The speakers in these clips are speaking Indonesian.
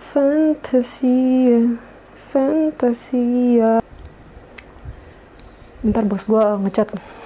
Fantasia, Fantasia. Bentar, bos gue ngechat.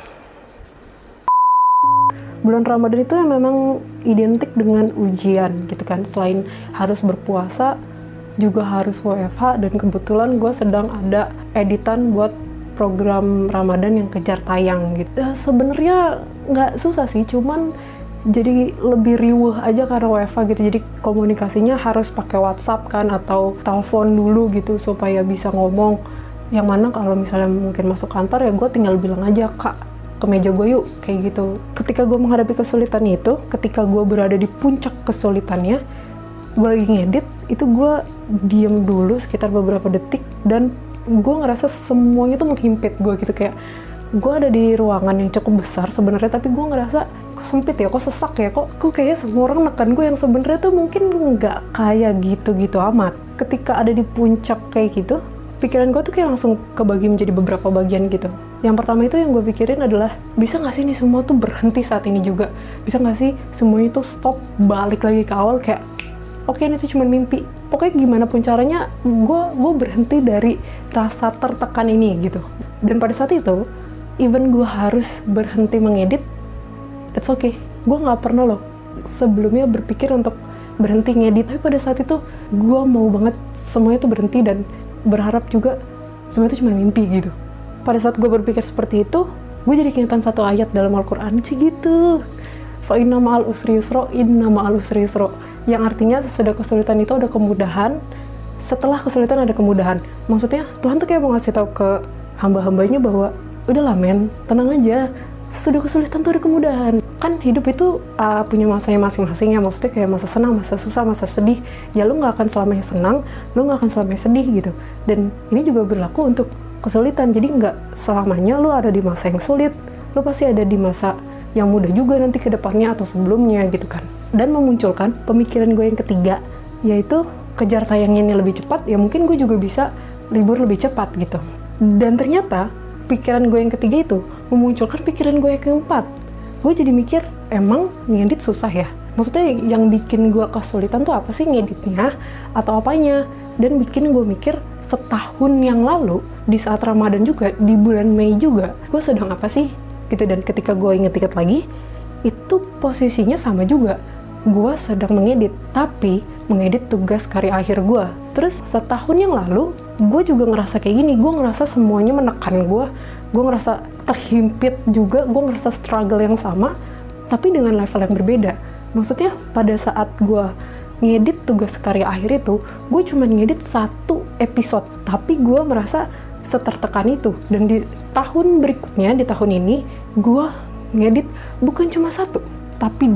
Bulan Ramadan itu memang identik dengan ujian gitu kan. Selain harus berpuasa, juga harus WFH, dan kebetulan gue sedang ada editan buat program Ramadan yang kejar tayang gitu. Sebenarnya nggak susah sih, cuman jadi lebih riuh aja karena WFH gitu. Jadi komunikasinya harus pakai WhatsApp kan, atau telepon dulu gitu supaya bisa ngomong. Yang mana kalau misalnya mungkin masuk kantor ya gue tinggal bilang aja, Kak, ke meja gue yuk, kayak gitu. Ketika gue menghadapi kesulitan itu, ketika gue berada di puncak kesulitannya, gue lagi ngedit, itu gue diem dulu sekitar beberapa detik, dan gue ngerasa semuanya tuh menghimpit gue gitu. Kayak gue ada di ruangan yang cukup besar sebenarnya, tapi gue ngerasa kok sempit ya, kok sesak ya, kok kayaknya semua orang nekan gue yang sebenarnya tuh mungkin nggak kayak gitu-gitu amat. Ketika ada di puncak kayak gitu, pikiran gue tuh kayak langsung kebagi menjadi beberapa bagian gitu. Yang pertama itu yang gue pikirin adalah, bisa nggak sih ini semua tuh berhenti saat ini juga? Bisa nggak sih semuanya tuh stop, balik lagi ke awal, kayak oke, ini tuh cuma mimpi. Pokoknya gimana pun caranya, gue berhenti dari rasa tertekan ini gitu. Dan pada saat itu, even gue harus berhenti mengedit, that's okay. Gue nggak pernah loh sebelumnya berpikir untuk berhenti ngedit. Tapi pada saat itu, gue mau banget semuanya tuh berhenti, dan berharap juga semuanya itu cuma mimpi gitu. Pada saat gue berpikir seperti itu, gue jadi keingetan satu ayat dalam Al-Quran gitu. Fa inna ma'al usri yusra, inna ma'al usri yusra. Yang artinya sesudah kesulitan itu ada kemudahan, setelah kesulitan ada kemudahan. Maksudnya Tuhan tuh kayak mau ngasih tahu ke hamba-hambanya bahwa udahlah men, tenang aja, sesudah kesulitan tuh ada kemudahan. Kan hidup itu punya masanya masing-masing ya, maksudnya kayak masa senang, masa susah, masa sedih. Ya lu gak akan selamanya senang, lu gak akan selamanya sedih gitu. Dan ini juga berlaku untuk kesulitan, jadi gak selamanya lu ada di masa yang sulit, lu pasti ada di masa yang mudah juga nanti ke depannya atau sebelumnya gitu kan. Dan memunculkan pemikiran gue yang ketiga, yaitu kejar tayangnya ini lebih cepat, ya mungkin gue juga bisa libur lebih cepat gitu. Dan ternyata pikiran gue yang ketiga itu memunculkan pikiran gue yang keempat. Gue jadi mikir, emang ngedit susah ya? Maksudnya yang bikin gue kesulitan tuh apa sih, ngeditnya atau apanya? Dan bikin gue mikir, setahun yang lalu di saat Ramadan juga, di bulan Mei juga, gue sedang apa sih gitu. Dan ketika gue inget-inget lagi, itu posisinya sama juga, gue sedang mengedit, tapi mengedit tugas karya akhir gue. Terus setahun yang lalu, gue juga ngerasa kayak gini, gue ngerasa semuanya menekan gue ngerasa terhimpit juga, gue ngerasa struggle yang sama, tapi dengan level yang berbeda. Maksudnya pada saat gue ngedit tugas karya akhir itu, gue cuma ngedit 1 episode, tapi gue merasa setertekan itu. Dan di tahun berikutnya, di tahun ini, gue ngedit bukan cuma 1, tapi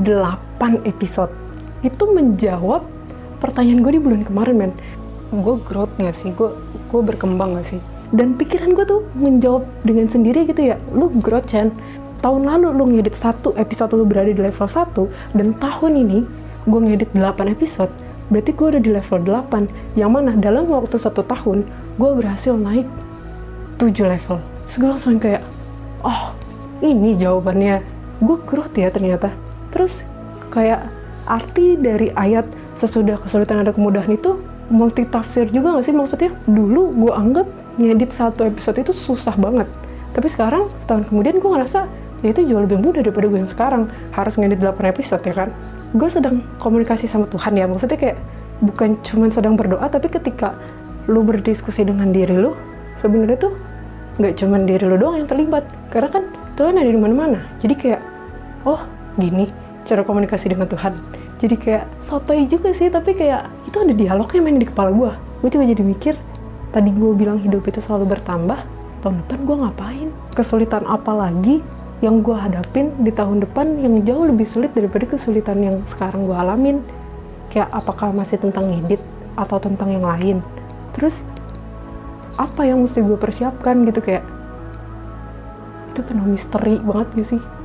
8 episode. Itu menjawab pertanyaan gue di bulan kemarin, men. Gue growth gak sih? Gue berkembang gak sih? Dan pikiran gue tuh menjawab dengan sendiri gitu ya, lu growth, Chan. Tahun lalu lu ngedit 1 episode, lu berada di level 1, dan tahun ini gue ngedit 8 episode, berarti gue udah di level 8, yang mana dalam waktu 1 tahun, gue berhasil naik 7 level. Terus gue langsung kayak, oh, ini jawabannya, gue growth ya ternyata. Terus kayak arti dari ayat sesudah kesulitan ada kemudahan itu multi tafsir juga gak sih? Maksudnya dulu gue anggap ngedit 1 episode itu susah banget, tapi sekarang setahun kemudian gue ngerasa ya itu jauh lebih mudah daripada gue yang sekarang harus ngedit 8 episode ya kan. Gue sedang komunikasi sama Tuhan ya, maksudnya kayak bukan cuma sedang berdoa, tapi ketika lu berdiskusi dengan diri lu, sebenarnya tuh nggak cuma diri lu doang yang terlibat, karena kan Tuhan ada di mana-mana. Jadi kayak, oh gini cara komunikasi dengan Tuhan. Jadi kayak sotoy juga sih, tapi kayak itu ada dialognya main di kepala gue. Gue juga jadi mikir, tadi gue bilang hidup itu selalu bertambah, tahun depan gue ngapain? Kesulitan apa lagi yang gue hadapin di tahun depan yang jauh lebih sulit daripada kesulitan yang sekarang gue alamin? Kayak apakah masih tentang ngedit atau tentang yang lain? Terus apa yang mesti gue persiapkan gitu, kayak itu penuh misteri banget gak sih?